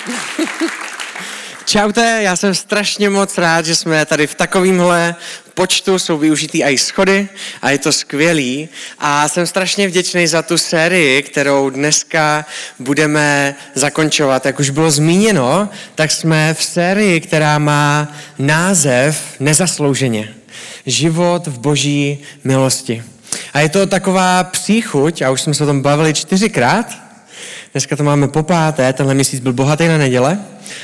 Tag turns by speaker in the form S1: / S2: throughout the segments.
S1: Čaute, já jsem strašně moc rád, že jsme tady v takovémhle počtu, jsou využitý i schody a je to skvělý. A jsem strašně vděčný za tu sérii, kterou dneska budeme zakončovat. Jak už bylo zmíněno, tak jsme v sérii, která má název Nezaslouženě. Život v boží milosti. A je to taková příchuť, a už jsme se o tom bavili 4krát, dneska to máme po 5., tenhle měsíc byl bohatý na neděle,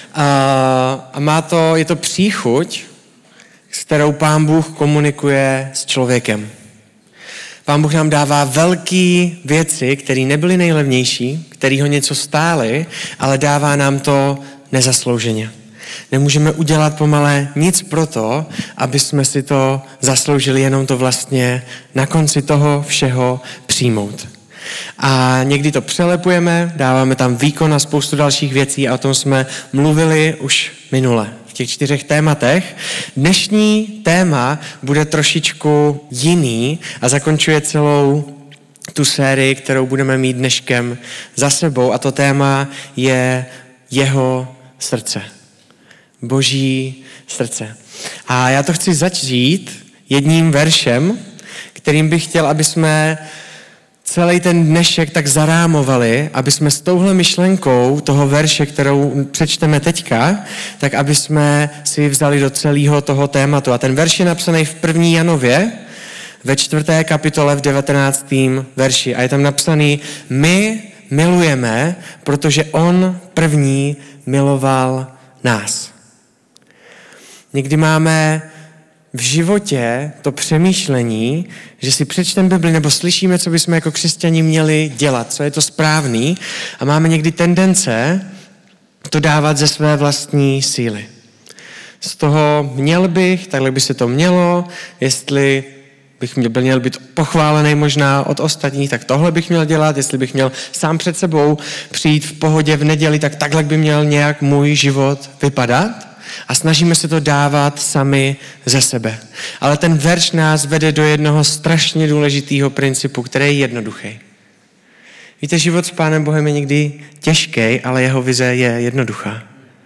S1: a je to příchuť, s kterou Pán Bůh komunikuje s člověkem. Pán Bůh nám dává velký věci, které nebyly nejlevnější, které ho něco stály, ale dává nám to nezaslouženě. Nemůžeme udělat pomalé nic pro to, aby jsme si to zasloužili, jenom to vlastně na konci toho všeho přijmout. A někdy to přelepujeme, dáváme tam výkon a spoustu dalších věcí a o tom jsme mluvili už minule v těch 4 tématech. Dnešní téma bude trošičku jiný a zakončuje celou tu sérii, kterou budeme mít dneškem za sebou, a to téma je jeho srdce. Boží srdce. A já to chci začít jedním veršem, kterým bych chtěl, aby jsme celý ten dnešek tak zarámovali, aby jsme s touhle myšlenkou toho verše, kterou přečteme teďka, tak aby jsme si vzali do celého toho tématu. A ten verš je napsaný v 1. Janově, ve 4. kapitole v 19. verši. A je tam napsaný: my milujeme, protože on první miloval nás. Někdy máme v životě to přemýšlení, že si přečteme Bibli nebo slyšíme, co bychom jako křesťani měli dělat, co je to správný, a máme někdy tendence to dávat ze své vlastní síly. Z toho měl bych, takhle by se to mělo, jestli bych měl být pochválený možná od ostatních, tak tohle bych měl dělat, jestli bych měl sám před sebou přijít v pohodě v neděli, tak takhle by měl nějak můj život vypadat. A snažíme se to dávat sami ze sebe. Ale ten verš nás vede do jednoho strašně důležitého principu, který je jednoduchý. Víte, život s Pánem Bohem je někdy těžký, ale jeho vize je jednoduchá.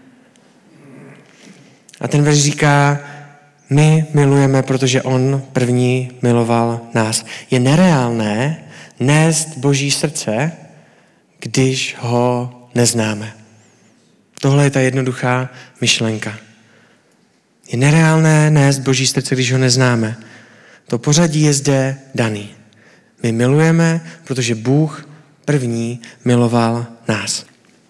S1: A ten verš říká: my milujeme, protože on první miloval nás. Je nereálné nést Boží srdce, když ho neznáme. Tohle je ta jednoduchá myšlenka. Je nereálné nést Boží srdce, když ho neznáme. To pořadí je zde daný. My milujeme, protože Bůh první miloval nás.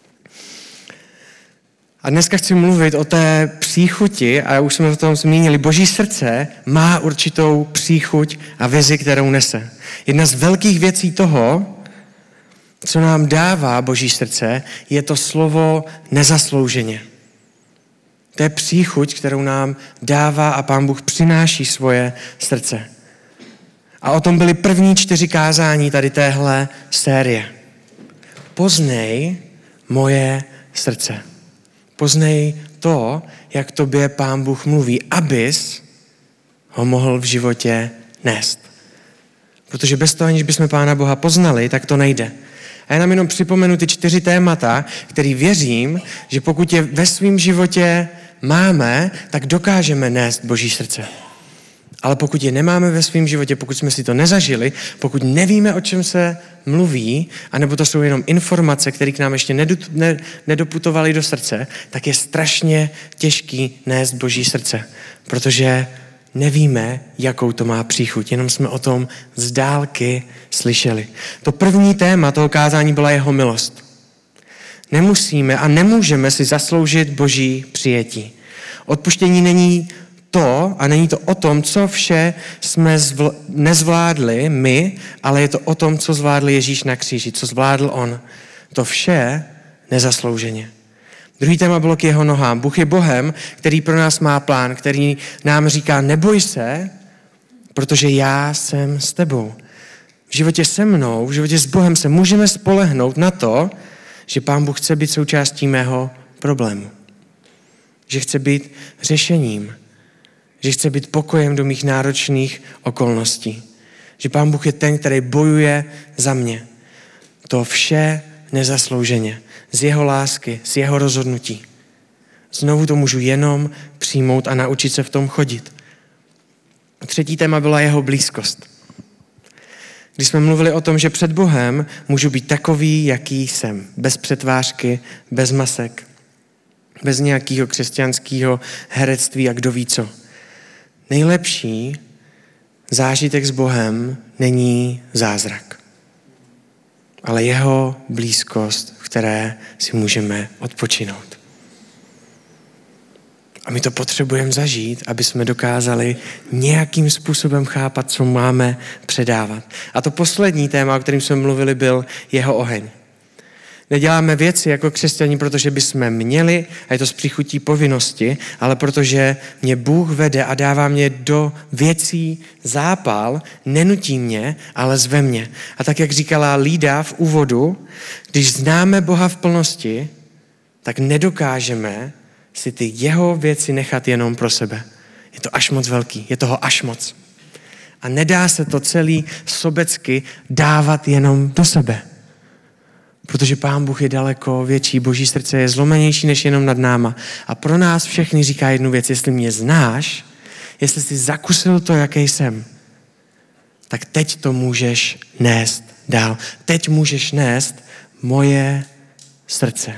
S1: A dneska chci mluvit o té příchuti, a už jsme o tom zmínili. Boží srdce má určitou příchuť a vizi, kterou nese. Jedna z velkých věcí toho, co nám dává Boží srdce, je to slovo nezaslouženě. To je příchuť, kterou nám dává a Pán Bůh přináší svoje srdce. A o tom byly první 4 kázání tady téhle série. Poznej moje srdce. Poznej to, jak tobě Pán Bůh mluví, abys ho mohl v životě nést. Protože bez toho, aniž bychom Pána Boha poznali, tak to nejde. A já nám jenom připomenu ty 4 témata, který věřím, že pokud je ve svém životě máme, tak dokážeme nést Boží srdce. Ale pokud je nemáme ve svém životě, pokud jsme si to nezažili, pokud nevíme, o čem se mluví, anebo to jsou jenom informace, které k nám ještě nedoputovaly do srdce, tak je strašně těžký nést Boží srdce, protože nevíme, jakou to má příchuť, jenom jsme o tom z dálky slyšeli. To první téma toho kázání byla jeho milost. Nemusíme a nemůžeme si zasloužit Boží přijetí. Odpuštění není to, a není to o tom, co vše jsme nezvládli my, ale je to o tom, co zvládl Ježíš na kříži, co zvládl on. To vše nezaslouženě. Druhý téma bylo k jeho nohám. Bůh je Bohem, který pro nás má plán, který nám říká: neboj se, protože já jsem s tebou. V životě se mnou, v životě s Bohem se můžeme spolehnout na to, že Pán Bůh chce být součástí mého problému. Že chce být řešením. Že chce být pokojem do mých náročných okolností. Že Pán Bůh je ten, který bojuje za mě. To vše nezaslouženě, z jeho lásky, z jeho rozhodnutí. Znovu to můžu jenom přijmout a naučit se v tom chodit. Třetí téma byla jeho blízkost. Když jsme mluvili o tom, že před Bohem můžu být takový, jaký jsem, bez přetvářky, bez masek, bez nějakého křesťanského herectví a kdo ví co. Nejlepší zážitek s Bohem není zázrak, ale jeho blízkost, v které si můžeme odpočinout. A my to potřebujeme zažít, aby jsme dokázali nějakým způsobem chápat, co máme předávat. A to poslední téma, o kterém jsme mluvili, byl jeho oheň. Neděláme věci jako křesťaní, protože bychom měli, a je to z příchutí povinnosti, ale protože mě Bůh vede a dává mě do věcí zápal, nenutí mě, ale zve mě. A tak, jak říkala Lída v úvodu, když známe Boha v plnosti, tak nedokážeme si ty jeho věci nechat jenom pro sebe. Je to až moc velký, je toho až moc. A nedá se to celý sobecky dávat jenom do sebe. Protože Pán Bůh je daleko větší, Boží srdce je zlomenější než jenom nad náma. A pro nás všechny říká jednu věc, jestli mě znáš, jestli jsi zakusil to, jaký jsem, tak teď to můžeš nést dál. Teď můžeš nést moje srdce.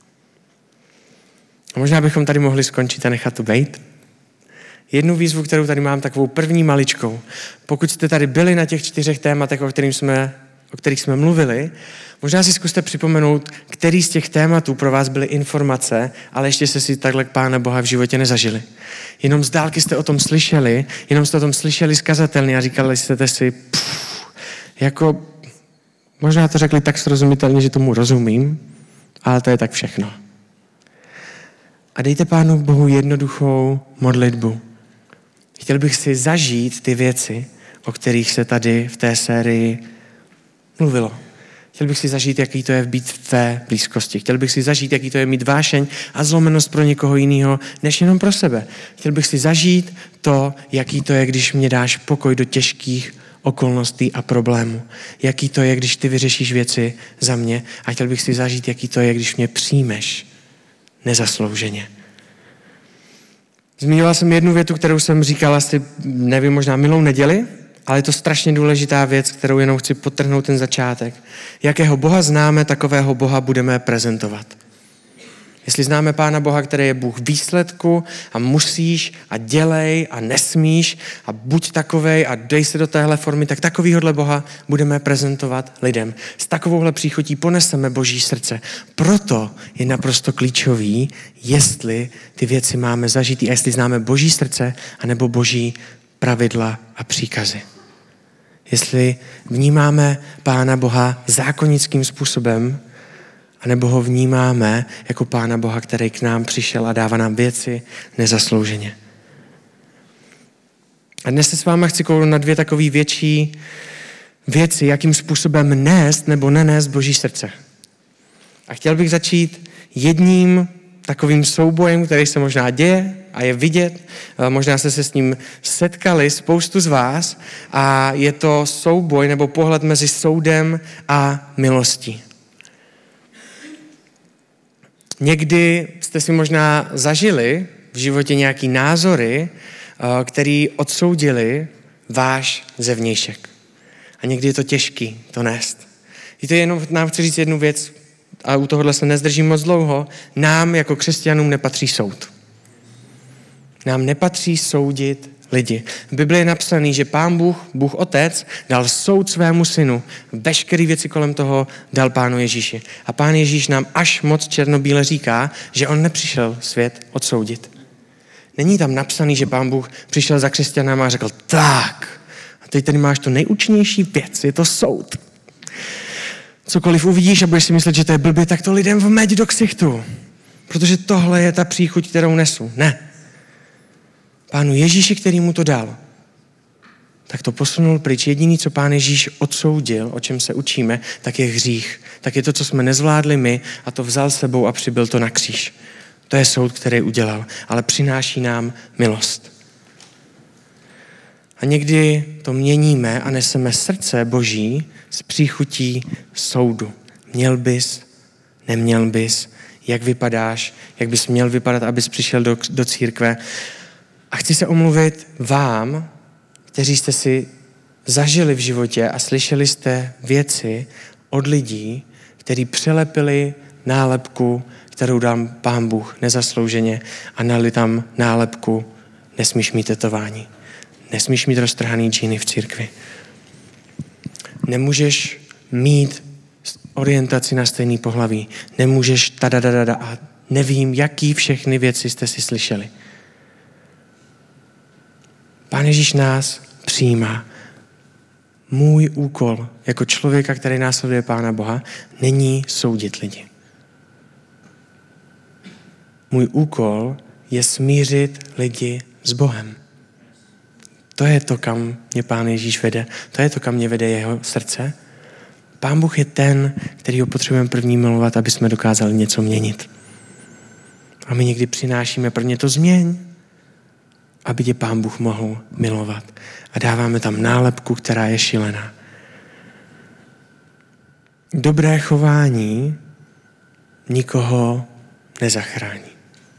S1: A možná bychom tady mohli skončit a nechat to bejt. Jednu výzvu, kterou tady mám, takovou první maličkou. Pokud jste tady byli na těch 4 tématech, o kterých jsme mluvili, možná si zkuste připomenout, který z těch tématů pro vás byly informace, ale ještě jste si takhle Pána Boha v životě nezažili. Jenom z dálky jste o tom slyšeli, zkazatelně a říkali jste si, jako možná to řekli tak srozumitelně, že tomu rozumím, ale to je tak všechno. A dejte Pánu Bohu jednoduchou modlitbu. Chtěl bych si zažít ty věci, o kterých se tady v té sérii mluvilo. Chtěl bych si zažít, jaký to je být v tvé blízkosti. Chtěl bych si zažít, jaký to je mít vášeň a zlomenost pro někoho jiného, než jenom pro sebe. Chtěl bych si zažít to, jaký to je, když mě dáš pokoj do těžkých okolností a problémů. Jaký to je, když ty vyřešíš věci za mě. A chtěl bych si zažít, jaký to je, když mě přijmeš nezaslouženě. Zmiňoval jsem jednu větu, kterou jsem říkal asi, nevím, možná minulou neděli, ale je to strašně důležitá věc, kterou jenom chci podtrhnout ten začátek. Jakého Boha známe, takového Boha budeme prezentovat. Jestli známe Pána Boha, který je Bůh výsledku a musíš a dělej a nesmíš a buď takovej a dej se do téhle formy, tak takovýhodle Boha budeme prezentovat lidem. S takovouhle příchutí poneseme Boží srdce. Proto je naprosto klíčový, jestli ty věci máme zažít a jestli známe Boží srdce anebo Boží pravidla a příkazy. Jestli vnímáme Pána Boha zákonickým způsobem, anebo ho vnímáme jako Pána Boha, který k nám přišel a dává nám věci nezaslouženě. A dnes se s váma chci kouknout na 2 takové větší věci, jakým způsobem nést nebo nenést Boží srdce. A chtěl bych začít jedním takovým soubojem, který se možná děje a je vidět. Možná jste se s ním setkali, spoustu z vás, a je to souboj nebo pohled mezi soudem a milostí. Někdy jste si možná zažili v životě nějaký názory, který odsoudili váš zevnějšek. A někdy je to těžký to nést. Víte, jenom nám chci říct jednu věc, a u tohohle se nezdržím moc dlouho. Nám jako křesťanům nepatří soud. Nám nepatří soudit lidi. V Bibli je napsaný, že Pán Bůh, Bůh Otec, dal soud svému synu. Veškeré věci kolem toho dal Pánu Ježíši. A Pán Ježíš nám až moc černobíle říká, že on nepřišel svět odsoudit. Není tam napsaný, že Pán Bůh přišel za křesťanama a řekl, tak, a teď tady máš tu nejúčinnější věc, je to soud. Cokoliv uvidíš a budeš si myslet, že to je blbě, tak to lidem vmeď do ksichtu. Protože tohle je ta příchuť, kterou nesu. Ne. Pánu Ježíši, který mu to dal, tak to posunul pryč. Jediný, co Pán Ježíš odsoudil, o čem se učíme, tak je hřích. Tak je to, co jsme nezvládli my, a to vzal sebou a přibyl to na kříž. To je soud, který udělal, ale přináší nám milost. A někdy to měníme a neseme srdce Boží s příchutí soudu. měl bys, neměl bys, jak vypadáš, jak bys měl vypadat, abys přišel do církve. A chci se omluvit vám, kteří jste si zažili v životě a slyšeli jste věci od lidí, kteří přilepili nálepku, kterou dám Pán Bůh nezaslouženě a dali tam nálepku nesmíš mít tetování, nesmíš mít roztrhaný džíny v církvi. Nemůžeš mít orientaci na stejný pohlaví, nemůžeš a nevím, jaký všechny věci jste si slyšeli. Pán Ježíš nás přijímá. Můj úkol jako člověka, který následuje Pána Boha, není soudit lidi. Můj úkol je smířit lidi s Bohem. To je to, kam mě Pán Ježíš vede. To je to, kam mě vede jeho srdce. Pán Bůh je ten, kterýho potřebujeme první milovat, aby jsme dokázali něco měnit. A my někdy přinášíme prvně to změň, aby tě Pán Bůh mohl milovat. A dáváme tam nálepku, která je šílená. Dobré chování nikoho nezachrání.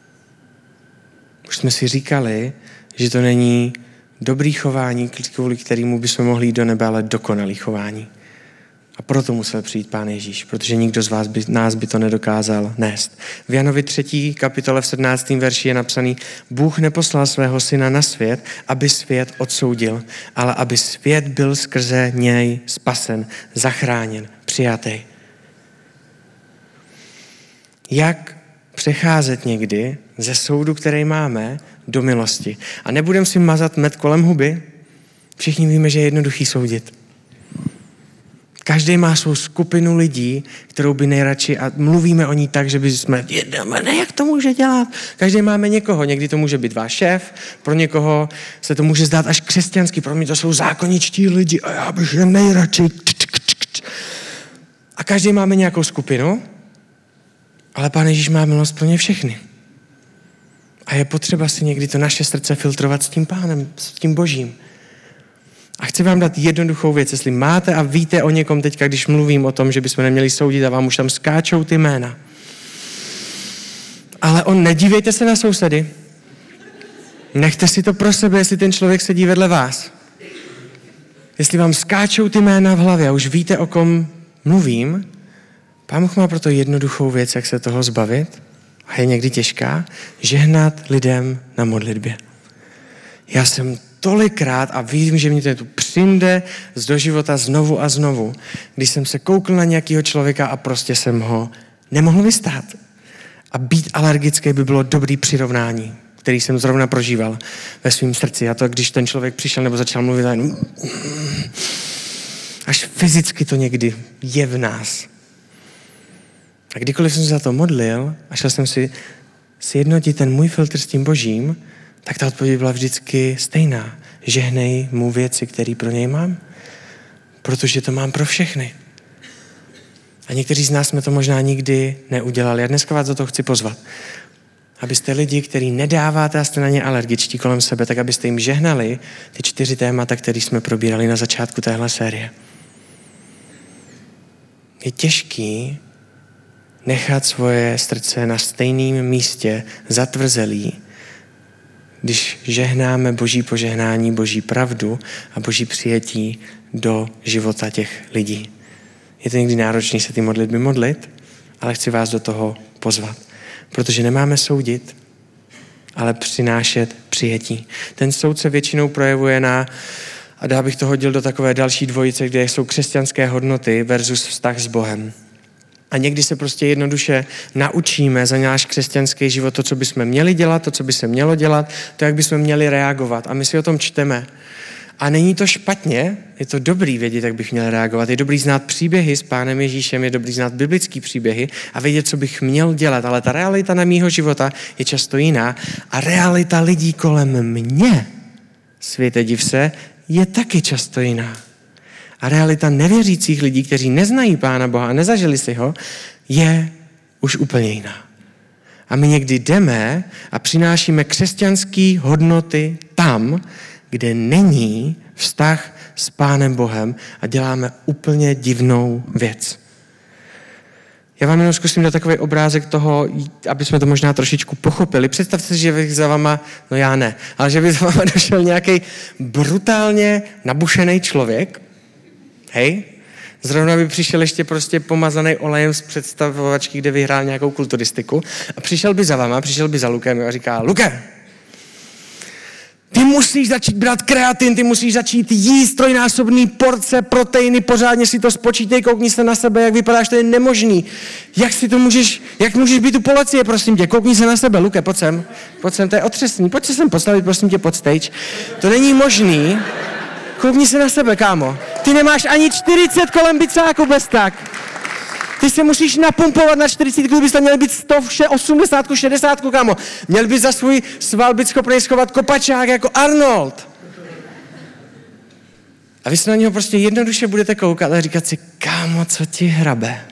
S1: Už jsme si říkali, že to není dobrý chování, kvůli kterému bychom mohli jít do nebe, ale dokonalý chování. A proto musel přijít Pán Ježíš, protože nikdo z nás by to nedokázal nést. V Janovi 3. kapitole v 17. verši je napsaný: Bůh neposlal svého syna na svět, aby svět odsoudil, ale aby svět byl skrze něj spasen, zachráněn, přijatý. Jak přecházet někdy ze soudu, který máme, do milosti? A nebudem si mazat med kolem huby. Všichni víme, že je jednoduchý soudit. Každý má svou skupinu lidí, kterou by nejradši, a mluvíme o ní tak, že bychom, ne, jak to může dělat? Každý máme někoho, někdy to může být váš šéf, pro někoho se to může zdát až křesťanský, pro mě to jsou zákoničtí lidi a já bych je nejradši. A každý máme nějakou skupinu, ale Pán Ježíš má milost pro ně všechny. A je potřeba si někdy to naše srdce filtrovat s tím Pánem, s tím Božím. A chci vám dát jednoduchou věc, jestli máte a víte o někom teďka, když mluvím o tom, že bychom neměli soudit a vám už tam skáčou ty jména. Ale nedívejte se na sousedy. Nechte si to pro sebe, jestli ten člověk sedí vedle vás. Jestli vám skáčou ty jména v hlavě a už víte, o kom mluvím, Pán Bůh má proto jednoduchou věc, jak se toho zbavit, a je někdy těžká, žehnat lidem na modlitbě. Já jsem tolikrát a vím, že mě to tu přijde do života znovu a znovu, když jsem se koukl na nějakého člověka a prostě jsem ho nemohl vystát. A být alergický by bylo dobrý přirovnání, který jsem zrovna prožíval ve svém srdci. A to, když ten člověk přišel nebo začal mluvit, až fyzicky to někdy je v nás. A kdykoliv jsem se za to modlil a šel jsem si sjednotit ten můj filtr s tím Božím, tak ta odpověď byla vždycky stejná. Žehnej mu věci, které pro něj mám, protože to mám pro všechny. A někteří z nás jsme to možná nikdy neudělali. A dneska vás do toho chci pozvat. Abyste lidi, který nedáváte a jste na ně alergičtí kolem sebe, tak abyste jim žehnali ty 4 témata, které jsme probírali na začátku téhle série. Je těžký nechat svoje srdce na stejném místě zatvrzelý, když žehnáme Boží požehnání, Boží pravdu a Boží přijetí do života těch lidí. Je to někdy náročné se ty modlitby modlit, ale chci vás do toho pozvat. Protože nemáme soudit, ale přinášet přijetí. Ten soud se většinou projevuje a dá bych to hodil do takové další dvojice, kde jsou křesťanské hodnoty versus vztah s Bohem. A někdy se prostě jednoduše naučíme za náš křesťanský život to, co bychom měli dělat, to, co by se mělo dělat, to, jak bychom měli reagovat. A my si o tom čteme. A není to špatně, je to dobrý vědět, jak bych měl reagovat. Je dobrý znát příběhy s Pánem Ježíšem, je dobrý znát biblický příběhy a vědět, co bych měl dělat. Ale ta realita na mýho života je často jiná. A realita lidí kolem mě, světe div se, je taky často jiná. A realita nevěřících lidí, kteří neznají Pána Boha a nezažili si ho, je už úplně jiná. A my někdy jdeme a přinášíme křesťanské hodnoty tam, kde není vztah s Pánem Bohem a děláme úplně divnou věc. Já vám jenom zkusím dát takový obrázek toho, aby jsme to možná trošičku pochopili. Představte si, že bych za váma, no já ne, ale že by za váma došel nějaký brutálně nabušený člověk, hej, zrovna by přišel ještě prostě pomazaný olejem z představovačky, kde vyhrál nějakou kulturistiku a přišel by za váma, přišel by za Lukem a říká, Luke, ty musíš začít brát kreatin, ty musíš začít jíst trojnásobný porce, proteiny, pořádně si to spočítej, koukni se na sebe, jak vypadáš, to je nemožný. Jak můžeš být u policie, prosím tě, koukni se na sebe, Luke, pojď sem, to je otřesný, pojď se sem postavit, prosím tě, pod stage. To není možný, koukni se na sebe, kámo. Ty nemáš ani 40 kolem bicáku bez tak. Ty se musíš napumpovat na 40, kdybys tam měl být 100, 80, 60, kámo. Měl bys za svůj sval být schopný schovat kopačák jako Arnold. A vy se na něho prostě jednoduše budete koukat a říkat si, kámo, co ti hrabe?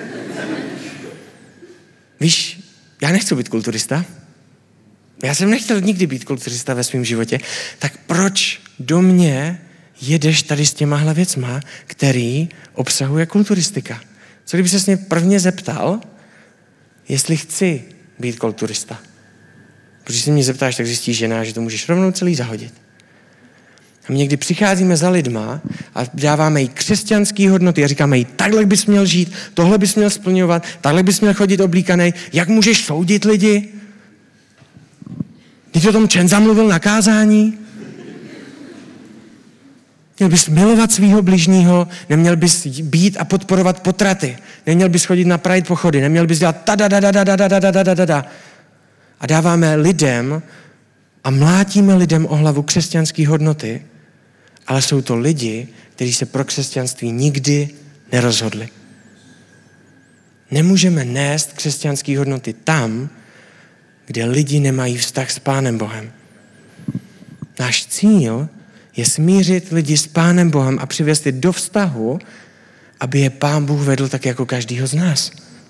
S1: Víš, já nechci být kulturista. Já jsem nechtěl nikdy být kulturista ve svém životě. Tak proč do mě jedeš tady s těmahle věcma, který obsahuje kulturistika? Co kdyby ses mě prvně zeptal, jestli chci být kulturista? Protože se mě zeptáš, tak zjistíš, že to můžeš rovnou celý zahodit. A my někdy přicházíme za lidma a dáváme jí křesťanský hodnoty a říkáme jí, takhle bys měl žít, tohle bys měl splňovat, takhle bys měl chodit oblíkanej, jak můžeš soudit lidi? Když o tom Čenza mluvil na kázání? Měl bys milovat svýho bližního, neměl bys být a podporovat potraty, neměl bys chodit na Pride pochody, neměl bys dělat ta. A dáváme lidem a mlátíme lidem o hlavu křesťanské hodnoty, ale jsou to lidi, kteří se pro křesťanství nikdy nerozhodli. Nemůžeme nést křesťanské hodnoty tam, kde lidi nemají vztah s Pánem Bohem. Náš cíl je smířit lidi s Pánem Bohem a přivést je do vztahu, aby je Pán Bůh vedl tak jako každýho z nás.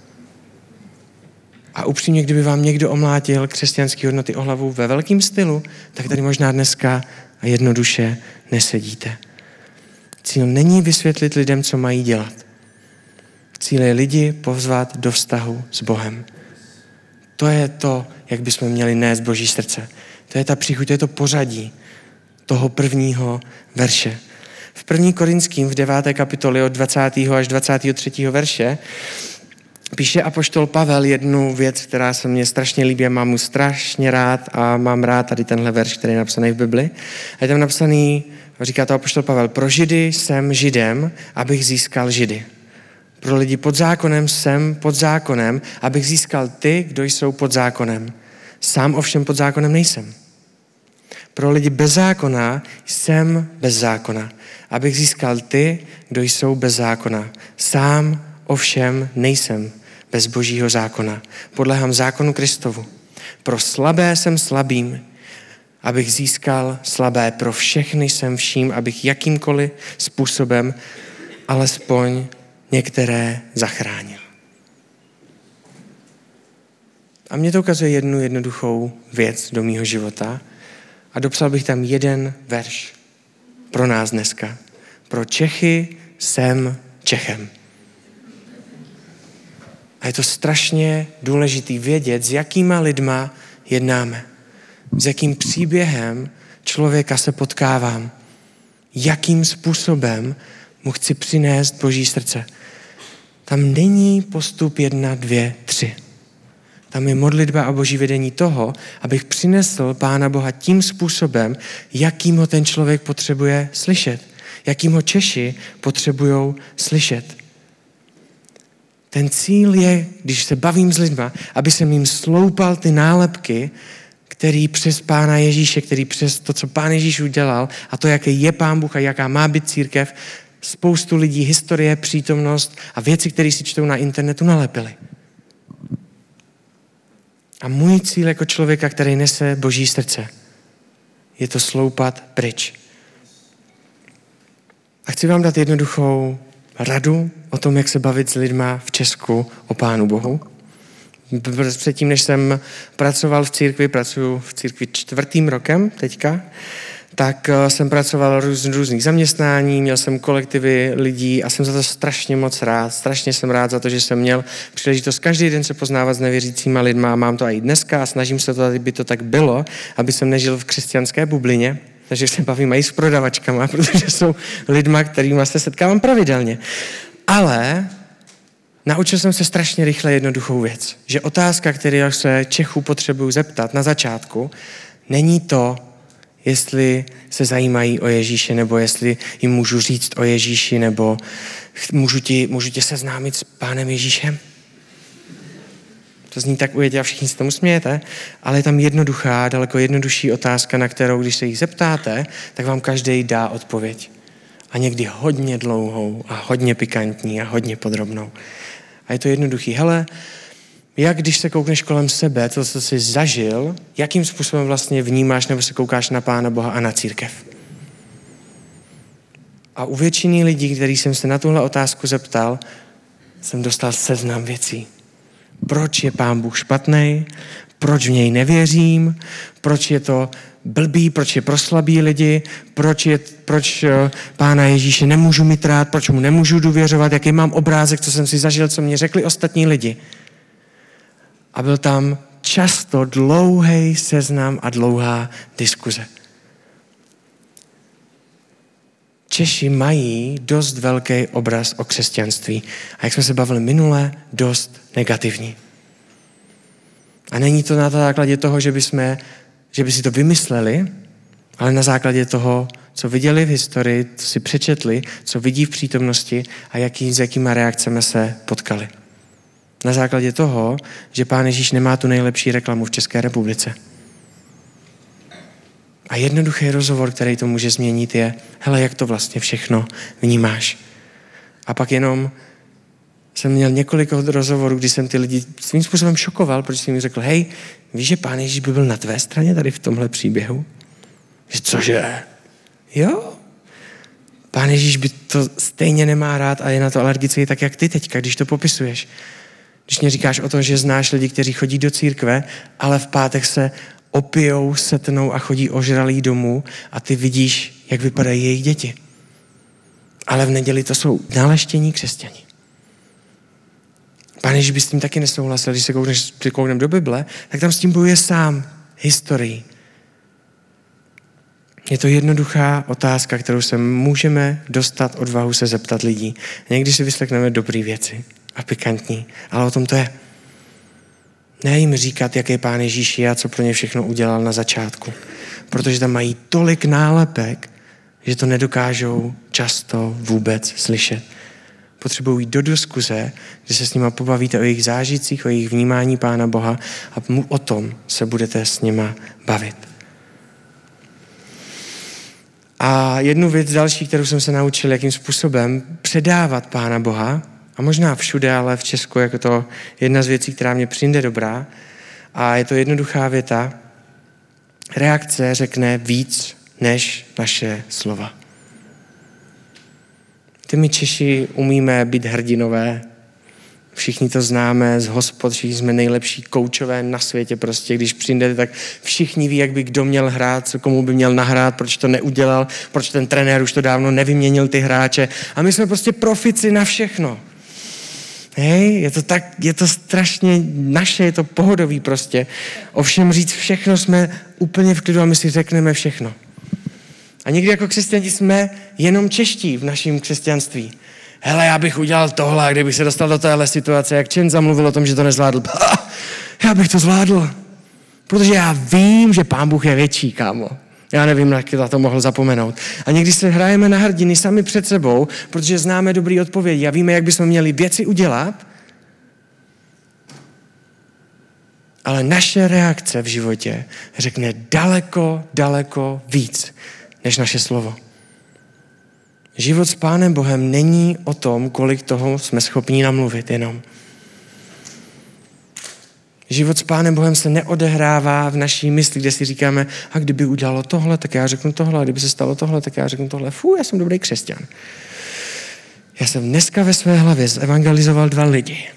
S1: A upřímně, kdyby vám někdo omlátil křesťanské hodnoty o hlavu ve velkém stylu, tak tady možná dneska a jednoduše nesedíte. Cíl není vysvětlit lidem, co mají dělat. Cíl je lidi pozvat do vztahu s Bohem. To je to, jak bychom měli nést Boží srdce. To je ta příchuť, to je to pořadí toho prvního verše. V 1. Korinským v 9. kapitole od 20. až 23. verše píše apoštol Pavel jednu věc, která se mně strašně líbí, mám mu strašně rád a mám rád tady tenhle verš, který je napsaný v Bibli. A je tam napsaný, říká to apoštol Pavel, pro Židy jsem Židem, abych získal Židy. Pro lidi pod zákonem jsem pod zákonem, abych získal ty, kdo jsou pod zákonem. Sám ovšem pod zákonem nejsem. Pro lidi bez zákona jsem bez zákona, abych získal ty, kdo jsou bez zákona. Sám ovšem nejsem bez Božího zákona. Podléhám zákonu Kristovu. Pro slabé jsem slabým, abych získal slabé. Pro všechny jsem vším, abych jakýmkoliv způsobem alespoň některé zachránil. A mě to ukazuje jednu jednoduchou věc do mýho života a dopsal bych tam jeden verš pro nás dneska. Pro Čechy jsem Čechem. A je to strašně důležitý vědět, s jakýma lidma jednáme. S jakým příběhem člověka se potkávám. Jakým způsobem mu chci přinést Boží srdce. Tam není postup 1, 2, 3. Tam je modlitba a Boží vedení toho, abych přinesl Pána Boha tím způsobem, jakým ho ten člověk potřebuje slyšet. Jakým ho Češi potřebujou slyšet. Ten cíl je, když se bavím s lidma, aby jsem jim sloupal ty nálepky, který přes Pána Ježíše, který přes to, co Pán Ježíš udělal a to, jaký je Pán Bůh a jaká má být církev, spoustu lidí, historie, přítomnost a věci, které si čtou na internetu, nalepili. A můj cíl jako člověka, který nese Boží srdce, je to sloupat pryč. A chci vám dát jednoduchou radu o tom, jak se bavit s lidma v Česku o Pánu Bohu. Předtím, než jsem pracoval v církvi, pracuji v církvi 4. rokem teďka, tak jsem pracoval různých zaměstnání, měl jsem kolektivy lidí a jsem za to strašně moc rád. Strašně jsem rád za to, že jsem měl příležitost každý den se poznávat s nevěřícíma lidma. Mám to i dneska a snažím se to, aby to tak bylo, aby jsem nežil v křesťanské bublině. Takže se bavím i s prodavačkama, protože jsou lidma, kterými se setkávám pravidelně. Ale naučil jsem se strašně rychle jednoduchou věc, že otázka, kterou se Čechů potřebuju zeptat na začátku, není to, jestli se zajímají o Ježíše, nebo jestli jim můžu říct o Ježíši, nebo můžu tě seznámit s Pánem Ježíšem. To zní tak ujetě a všichni se tomu smějete, ale je tam jednoduchá, daleko jednodušší otázka, na kterou, když se jich zeptáte, tak vám každý dá odpověď. A někdy hodně dlouhou a hodně pikantní a hodně podrobnou. A je to jednoduchý. Hele, jak když se koukneš kolem sebe, to, co jsi zažil, jakým způsobem vlastně vnímáš nebo se koukáš na Pána Boha a na církev? A u většiny lidí, který jsem se na tuhle otázku zeptal, jsem dostal seznam věcí. Proč je Pán Bůh špatnej? Proč v něj nevěřím? Proč je to blbý? Proč je pro slabý lidi? Proč Pána Ježíše nemůžu mít rád? Proč mu nemůžu důvěřovat? Jaký mám obrázek, co jsem si zažil, co mě řekli ostatní lidi? A byl tam často dlouhý seznam a dlouhá diskuze. Češi mají dost velký obraz o křesťanství. A jak jsme se bavili minule, dost negativní. A není to na základě toho, že by si to vymysleli, ale na základě toho, co viděli v historii, co si přečetli, co vidí v přítomnosti a s jakýma reakcemi se potkali. Na základě toho, že Pán Ježíš nemá tu nejlepší reklamu v České republice. A jednoduchý rozhovor, který to může změnit, je, hele, jak to vlastně všechno vnímáš. A pak jenom jsem měl několik rozhovorů, kdy jsem ty lidi svým způsobem šokoval, protože jsem jim řekl, hej, víš, že Pán Ježíš by byl na tvé straně tady v tomhle příběhu? Že cože? Jo? Pán Ježíš by to stejně nemá rád a je na to alergický tak, jak ty teďka, když to popisuješ. Když mě říkáš o tom, že znáš lidi, kteří chodí do církve, ale v pátek se opijou, setnou a chodí ožralí domů a ty vidíš, jak vypadají jejich děti. Ale v neděli to jsou naleštění křesťani. Pán Ježíš by s tím taky nesouhlasil. Když se koukneme do Bible, tak tam s tím bojuje sám historií. Je to jednoduchá otázka, kterou se můžeme dostat odvahu se zeptat lidí. Někdy si vyslechneme dobré věci a pikantní, ale o tom to je. Ne jim říkat, jaký Pán Ježíš je a co pro ně všechno udělal na začátku. Protože tam mají tolik nálepek, že to nedokážou často vůbec slyšet. Potřebují jít do diskuze, kde se s nima pobavíte o jejich zážitcích, o jejich vnímání Pána Boha a o tom se budete s nima bavit. A jednu věc další, kterou jsem se naučil, jakým způsobem předávat Pána Boha, a možná všude, ale v Česku jako to jedna z věcí, která mě přijde dobrá, a je to jednoduchá věta, reakce řekne víc než naše slova. My Češi umíme být hrdinové, všichni to známe z hospod, všichni jsme nejlepší koučové na světě prostě, když přijdete, tak všichni ví, jak by kdo měl hrát, co komu by měl nahrát, proč to neudělal, proč ten trenér už to dávno nevyměnil ty hráče a my jsme prostě profici na všechno. Hej, je to strašně naše, je to pohodový prostě. Ovšem říct všechno jsme úplně v klidu a my si řekneme všechno. A někdy jako křesťani jsme jenom čeští v našem křesťanství. Hele, já bych udělal tohle, kdybych se dostal do téhle situace, jak Čen zamluvil o tom, že to nezvládl. Já bych to zvládl. Protože já vím, že Pán Bůh je větší, kámo. Já nevím, jak na to mohl zapomenout. A někdy se hrajeme na hrdiny sami před sebou, protože známe dobrý odpovědi a víme, jak bychom měli věci udělat, ale naše reakce v životě řekne daleko, daleko víc než naše slovo. Život s Pánem Bohem není o tom, kolik toho jsme schopni namluvit jenom. Život s Pánem Bohem se neodehrává v naší mysli, kde si říkáme, a kdyby udělalo tohle, tak já řeknu tohle, a kdyby se stalo tohle, tak já řeknu tohle. Já jsem dobrý křesťan. Já jsem dneska ve své hlavě evangelizoval 2 lidi.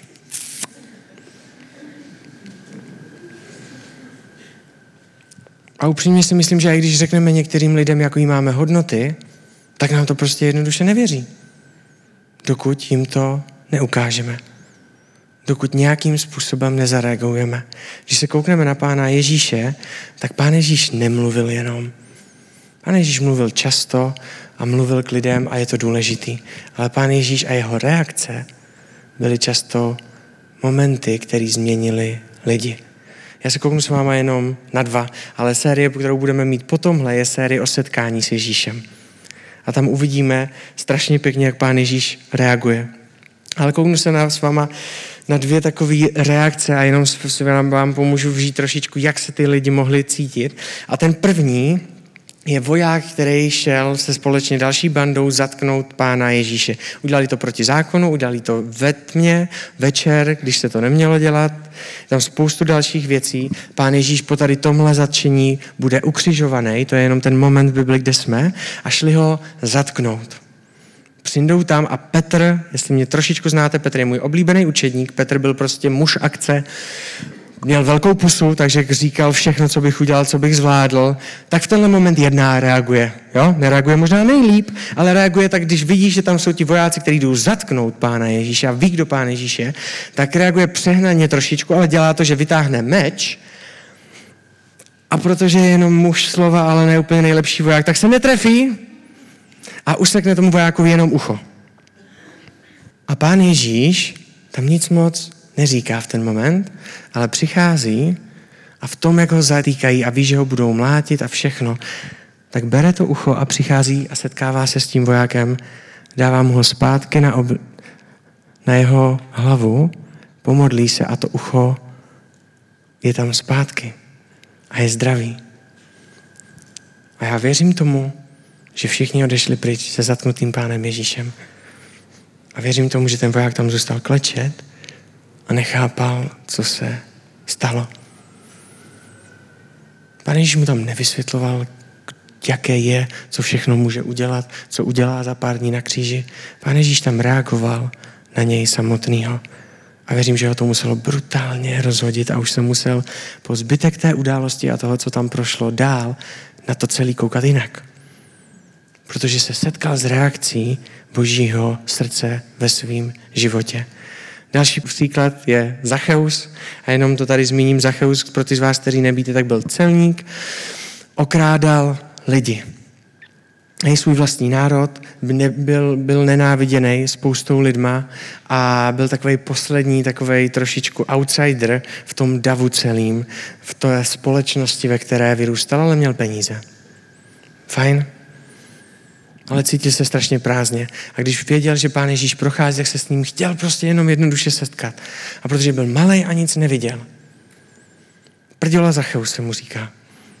S1: A upřímně si myslím, že i když řekneme některým lidem, jaký máme hodnoty, tak nám to prostě jednoduše nevěří. Dokud jim to neukážeme. Dokud nějakým způsobem nezareagujeme. Když se koukneme na Pána Ježíše, tak Pán Ježíš nemluvil jenom. Pán Ježíš mluvil často a mluvil k lidem a je to důležitý. Ale Pán Ježíš a jeho reakce byly často momenty, které změnily lidi. Já se kouknu s váma jenom na 2, ale série, kterou budeme mít po tomhle, je série o setkání s Ježíšem. A tam uvidíme strašně pěkně, jak Pán Ježíš reaguje. Ale kouknu se s váma na 2 takové reakce a jenom vám pomůžu vžít trošičku, jak se ty lidi mohli cítit. A ten první je voják, který šel se společně další bandou zatknout Pána Ježíše. Udělali to proti zákonu, udělali to ve tmě, večer, když se to nemělo dělat. Tam spoustu dalších věcí. Pán Ježíš po tady tomhle zatčení bude ukřižovaný, to je jenom ten moment v Bibli, kde jsme, a šli ho zatknout. Přijdou tam a Petr, jestli mě trošičku znáte, Petr je můj oblíbený učedník, Petr byl prostě muž akce, měl velkou pusu, takže říkal všechno, co bych udělal, co bych zvládl, tak v tenhle moment jedná a reaguje. Jo? Nereaguje možná nejlíp, ale reaguje tak, když vidí, že tam jsou ti vojáci, kteří jdou zatknout Pána Ježíše a ví, kdo Pán Ježíš je, tak reaguje přehnaně trošičku, ale dělá to, že vytáhne meč a protože je jenom muž slova, ale ne úplně nejlepší voják, tak se netrefí a usekne tomu vojákovi jenom ucho. A Pán Ježíš tam nic moc neříká v ten moment, ale přichází a v tom, jak ho zatýkají a ví, že ho budou mlátit a všechno, tak bere to ucho a přichází a setkává se s tím vojákem, dává mu ho zpátky na jeho hlavu, pomodlí se a to ucho je tam zpátky a je zdravý. A já věřím tomu, že všichni odešli pryč se zatknutým Pánem Ježíšem. A věřím tomu, že ten voják tam zůstal klečet a nechápal, co se stalo. Pán Ježíš mu tam nevysvětloval, jaké je, co všechno může udělat, co udělá za pár dní na kříži. Pán Ježíš tam reagoval na něj samotného. A věřím, že ho to muselo brutálně rozhodit a už se musel po zbytek té události a toho, co tam prošlo dál, na to celý koukat jinak. Protože se setkal s reakcí Božího srdce ve svém životě. Další příklad je Zacheus. A jenom to tady zmíním. Zacheus, pro ty z vás, kteří nevíte, tak byl celník. Okrádal lidi. I svůj vlastní národ, byl nenáviděný spoustou lidma a byl takovej poslední, takovej trošičku outsider v tom davu celým, v té společnosti, ve které vyrůstal, ale měl peníze. Fajn. Ale cítil se strašně prázdně. A když věděl, že Pán Ježíš prochází, tak se s ním chtěl prostě jenom jednoduše setkat. A protože byl malej a nic neviděl. Prděla Zacheus se mu říká.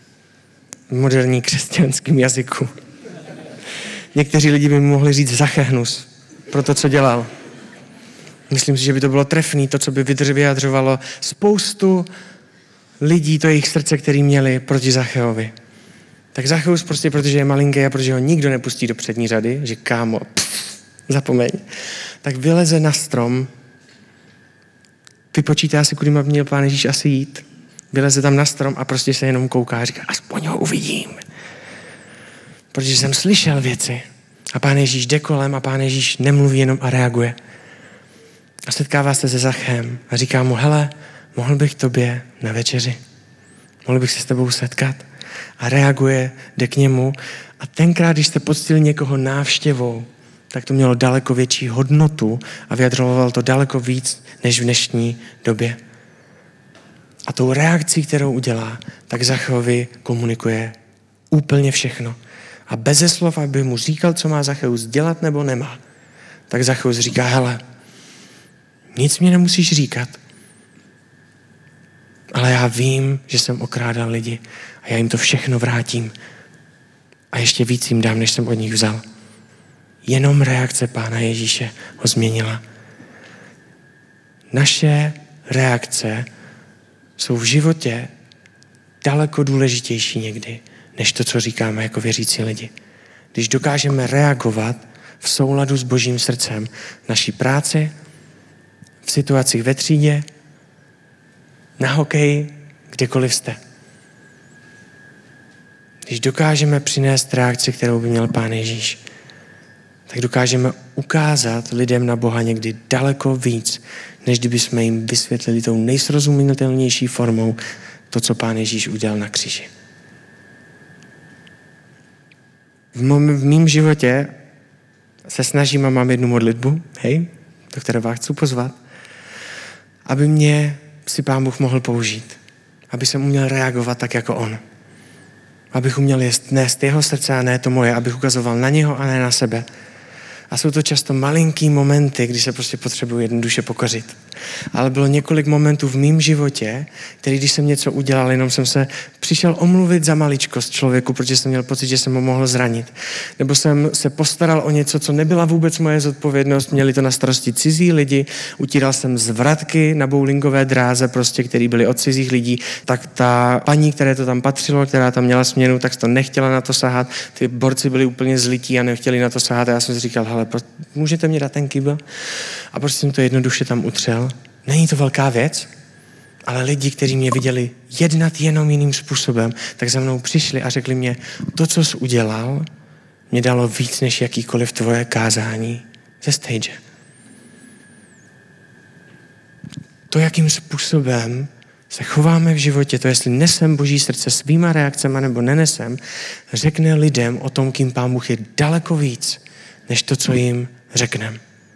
S1: V moderní křesťanském jazyku. Někteří lidi by mu mohli říct Zachehnus pro to, co dělal. Myslím si, že by to bylo trefný, to, co by vyjadřovalo spoustu lidí, to jejich srdce, který měli proti Zacheovi. Tak Zacheus prostě, protože je malinký a protože ho nikdo nepustí do přední řady, že kámo, zapomeň, tak vyleze na strom, vypočítá si, kudy má měl Pán Ježíš asi jít, vyleze tam na strom a prostě se jenom kouká a říká, aspoň ho uvidím. Protože jsem slyšel věci a Pán Ježíš jde kolem a Pán Ježíš nemluví jenom a reaguje. A setkává se se Zachem a říká mu, hele, mohl bych tobě na večeři, mohl bych se s tebou setkat. A reaguje, jde k němu. A tenkrát, když jste poctili někoho návštěvou, tak to mělo daleko větší hodnotu a vyjadřovalo to daleko víc, než v dnešní době. A tou reakcí, kterou udělá, tak Zacheovi komunikuje úplně všechno. A beze slov, aby mu říkal, co má Zacheus dělat nebo nemá, tak Zacheus říká, hele, nic mě nemusíš říkat, ale já vím, že jsem okrádal lidi a já jim to všechno vrátím. A ještě víc jim dám, než jsem od nich vzal. Jenom reakce Pána Ježíše ho změnila. Naše reakce jsou v životě daleko důležitější někdy, než to, co říkáme jako věřící lidi. Když dokážeme reagovat v souladu s Božím srdcem v naší práci, v situacích ve třídě, na hokeji, kdekoliv jste. Když dokážeme přinést reakci, kterou by měl Pán Ježíš, tak dokážeme ukázat lidem na Boha někdy daleko víc, než kdyby jsme jim vysvětlili tou nejsrozumitelnější formou to, co Pán Ježíš udělal na kříži. V mém životě se snažím a mám jednu modlitbu, do které vás chci pozvat, aby mě si Pán Bůh mohl použít. Aby jsem uměl reagovat tak jako on. Abych uměl nést jeho srdce a ne to moje, abych ukazoval na něho a ne na sebe. A jsou to často malinký momenty, kdy se prostě potřebuji jednoduše pokořit. Ale bylo několik momentů v mém životě, který když jsem něco udělal, jenom jsem se přišel omluvit za maličkost člověku, protože jsem měl pocit, že jsem ho mohl zranit. Nebo jsem se postaral o něco, co nebyla vůbec moje zodpovědnost, měli to na starosti cizí lidi, utíral jsem zvratky na bowlingové dráze, prostě, které byly od cizích lidí, tak ta paní, které to tam patřilo, která tam měla směnu, tak to nechtěla na to sahat. Ty borci byli úplně zlití a nechtěli na to sahat a já jsem si říkal, hele, můžete mi dát ten kýbl? A prostě jsem to jednoduše tam utřel. Není to velká věc, ale lidi, kteří mě viděli jednat jenom jiným způsobem, tak za mnou přišli a řekli mě, to, co jsi udělal, mě dalo víc než jakýkoliv tvoje kázání ze stage. To, jakým způsobem se chováme v životě, to jestli nesem Boží srdce svýma reakcemi nebo nenesem, řekne lidem o tom, kým Pán Bůh je daleko víc, než to, co jim řekneme.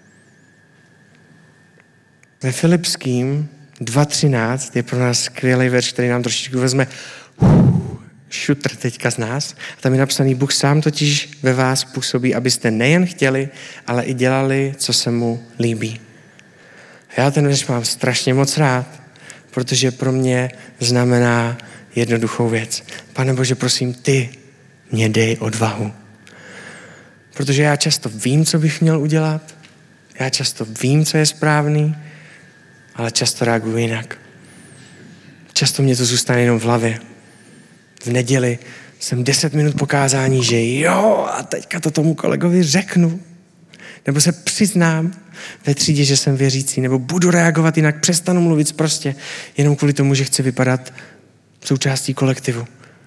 S1: Ve Filipským 2.13 je pro nás skvělý verš, který nám trošičku vezme šutr teďka z nás. A tam je napsaný, Bůh sám totiž ve vás působí, abyste nejen chtěli, ale i dělali, co se mu líbí. Já ten verš mám strašně moc rád, protože pro mě znamená jednoduchou věc. Pane Bože, prosím, ty mě dej odvahu. Protože já často vím, co bych měl udělat, já často vím, co je správný, ale často reaguju jinak. Často mě to zůstane jenom v hlavě. V neděli jsem 10 minut po kázání, že jo, a teďka to tomu kolegovi řeknu. Nebo se přiznám ve třídě, že jsem věřící, nebo budu reagovat jinak, přestanu mluvit prostě, jenom kvůli tomu, že chci vypadat součástí kolektivu.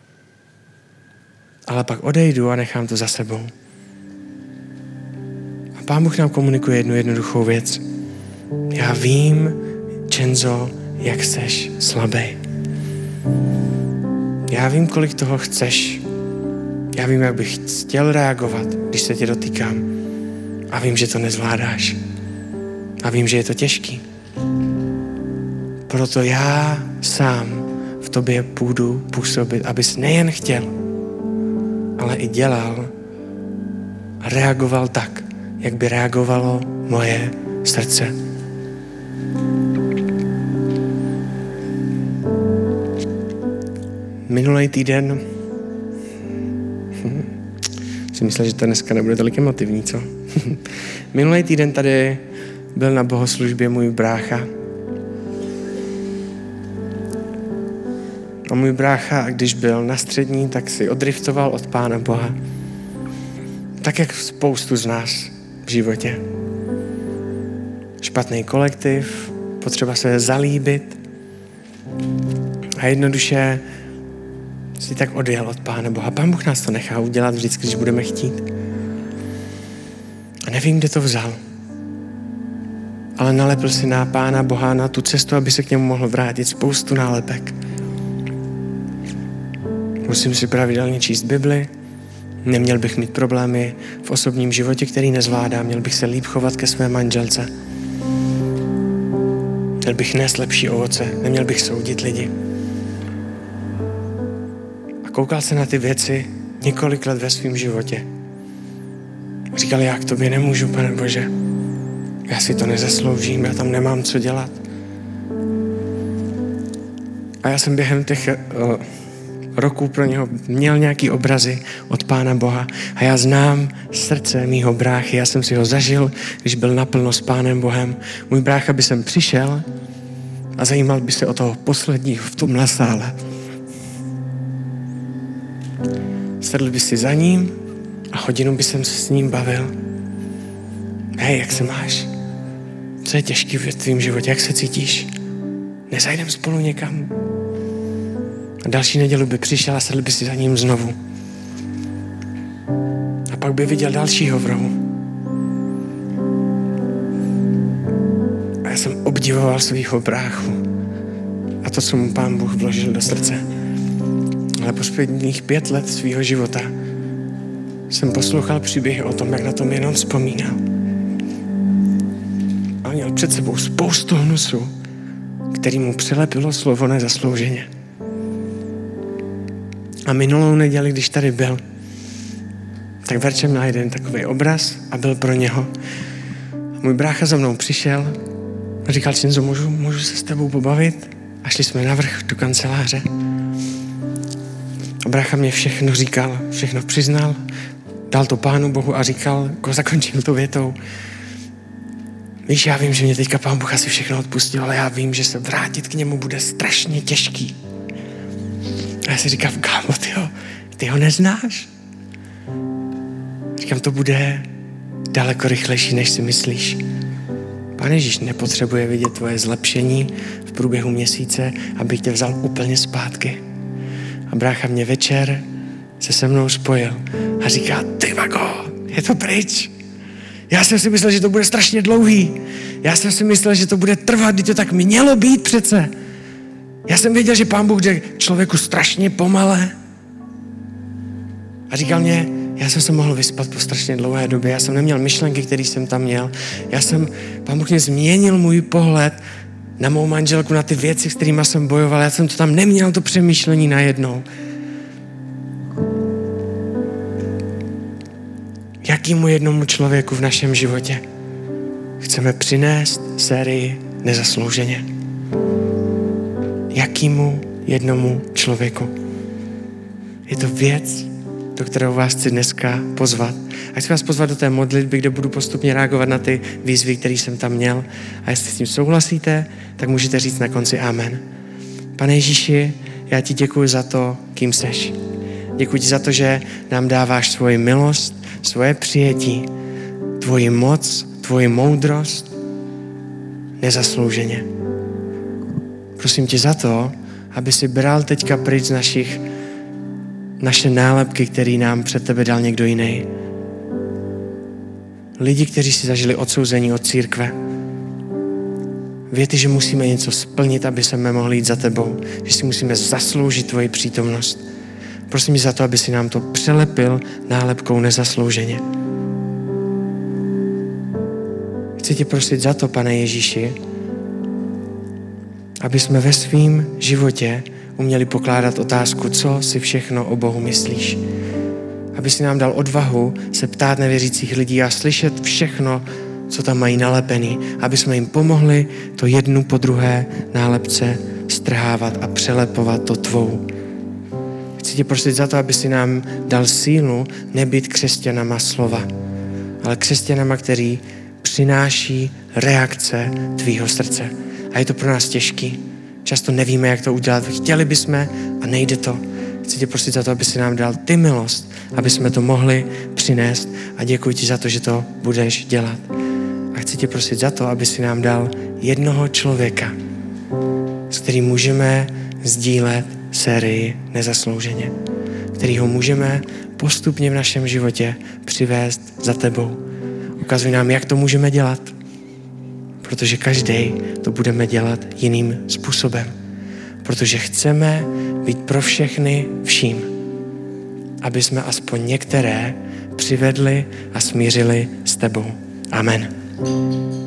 S1: Ale pak odejdu a nechám to za sebou. A Pán Bůh nám komunikuje jednu jednoduchou věc. Já vím, Čenzo, jak seš slabý. Já vím, kolik toho chceš. Já vím, jak bych chtěl reagovat, když se tě dotýkám. A vím, že to nezvládáš. A vím, že je to těžký. Proto já sám v tobě půjdu působit, abys nejen chtěl, ale i dělal a reagoval tak, jak by reagovalo moje srdce. Minulý týden si myslel, že to dneska nebude tolik emotivní, co? Minulý týden tady byl na bohoslužbě můj brácha. A můj brácha, když byl na střední, tak si odriftoval od Pána Boha. Tak jak spoustu z nás v životě. Špatný kolektiv, potřeba se zalíbit a jednoduše si tak odjel od Pána Boha. Pán Bůh nás to nechá udělat vždycky, když budeme chtít. A nevím, kde to vzal. Ale nalepil si na Pána Boha, na tu cestu, aby se k němu mohl vrátit, spoustu nálepek. Musím si pravidelně číst Bibli, neměl bych mít problémy v osobním životě, který nezvládám, měl bych se líp chovat ke své manželce. Měl bych nést lepší ovoce, neměl bych soudit lidi. A koukal se na ty věci několik let ve svém životě. Říkal, já k tobě nemůžu, Pane Bože. Já si to nezasloužím, já tam nemám co dělat. A já jsem během těch roků pro něho měl nějaký obrazy od Pána Boha a já znám srdce mýho bráchy. Já jsem si ho zažil, když byl naplno s Pánem Bohem. Můj brácha by sem přišel a zajímal by se o toho posledního v tomhle sále. Sedl by si za ním a hodinu by jsem se s ním bavil. Hej, jak se máš? Co je těžký v tvým životě? Jak se cítíš? Nezajdem spolu někam? A další neděli by přišel a sedl by si za ním znovu. pak by viděl dalšího v rohu. A já jsem obdivoval svýho bráchu a to, co mu Pán Bůh vložil do srdce. Ale posledních 5 let svýho života jsem poslouchal příběhy o tom, jak na tom jenom vzpomínal. A měl před sebou spoustu hnusu, který mu přilepilo slovo nezaslouženě. A minulou neděli, když tady byl, tak Verčem měl jeden takový obraz a byl pro něho. A můj brácha za mnou přišel a říkal, Činzo, můžu se s tebou pobavit? A šli jsme navrch do kanceláře. A brácha mě všechno říkal, všechno přiznal, dal to Pánu Bohu a říkal, zakončil to větou. Víš, já vím, že mě teďka Pán Bůh asi všechno odpustil, ale já vím, že se vrátit k němu bude strašně těžký. A já si říkám, kámo, ty ho neznáš? Říkám, to bude daleko rychlejší, než si myslíš. Pán Ježíš nepotřebuje vidět tvoje zlepšení v průběhu měsíce, aby tě vzal úplně zpátky. A brácha mě večer se mnou spojil a říká, ty vago, je to pryč. Já jsem si myslel, že to bude strašně dlouhý. Já jsem si myslel, že to bude trvat, kdy to tak mělo být přece. Já jsem věděl, že Pán Bůh jde člověku strašně pomale. A říkal mě, já jsem se mohl vyspat po strašně dlouhé době. Já jsem neměl myšlenky, které jsem tam měl. Pán Bůh mě změnil můj pohled na mou manželku, na ty věci, s kterými jsem bojoval. Já jsem to tam neměl, to přemýšlení najednou. Jakýmu jednomu člověku v našem životě chceme přinést sérii nezaslouženě? Jakýmu jednomu člověku? Je to věc, do kterou vás chci dneska pozvat. A chci vás pozvat do té modlitby, kde budu postupně reagovat na ty výzvy, které jsem tam měl. A jestli s tím souhlasíte, tak můžete říct na konci amen. Pane Ježíši, já ti děkuji za to, kým seš. Děkuji ti za to, že nám dáváš svoji milost, svoje přijetí, tvoji moc, tvoji moudrost nezaslouženě. Prosím tě za to, aby si bral teďka pryč z naše nálepky, které nám před tebe dal někdo jiný. Lidi, kteří si zažili odsouzení od církve. Věty, že musíme něco splnit, aby jsme mohli jít za tebou. Že si musíme zasloužit tvoji přítomnost. Prosím tě za to, aby si nám to přelepil nálepkou nezaslouženě. Chci tě prosit za to, Pane Ježíši, aby jsme ve svém životě uměli pokládat otázku, co si všechno o Bohu myslíš. Aby si nám dal odvahu se ptát nevěřících lidí a slyšet všechno, co tam mají nalepený. Aby jsme jim pomohli to jednu po druhé nálepce strhávat a přelepovat to tvou. Chci tě prosit za to, aby si nám dal sílu nebýt křesťanama slova, ale křesťanama, který přináší reakce tvýho srdce. A je to pro nás těžký. Často nevíme, jak to udělat. Chtěli bychom a nejde to. Chci tě prosit za to, aby si nám dal ty milost, aby jsme to mohli přinést a děkuji ti za to, že to budeš dělat. A chci tě prosit za to, aby si nám dal jednoho člověka, s kterým můžeme sdílet sérii nezaslouženě, kterýho můžeme postupně v našem životě přivést za tebou. Ukazuj nám, jak to můžeme dělat, protože každý to budeme dělat jiným způsobem. Protože chceme být pro všechny vším, aby jsme aspoň některé přivedli a smířili s tebou. Amen.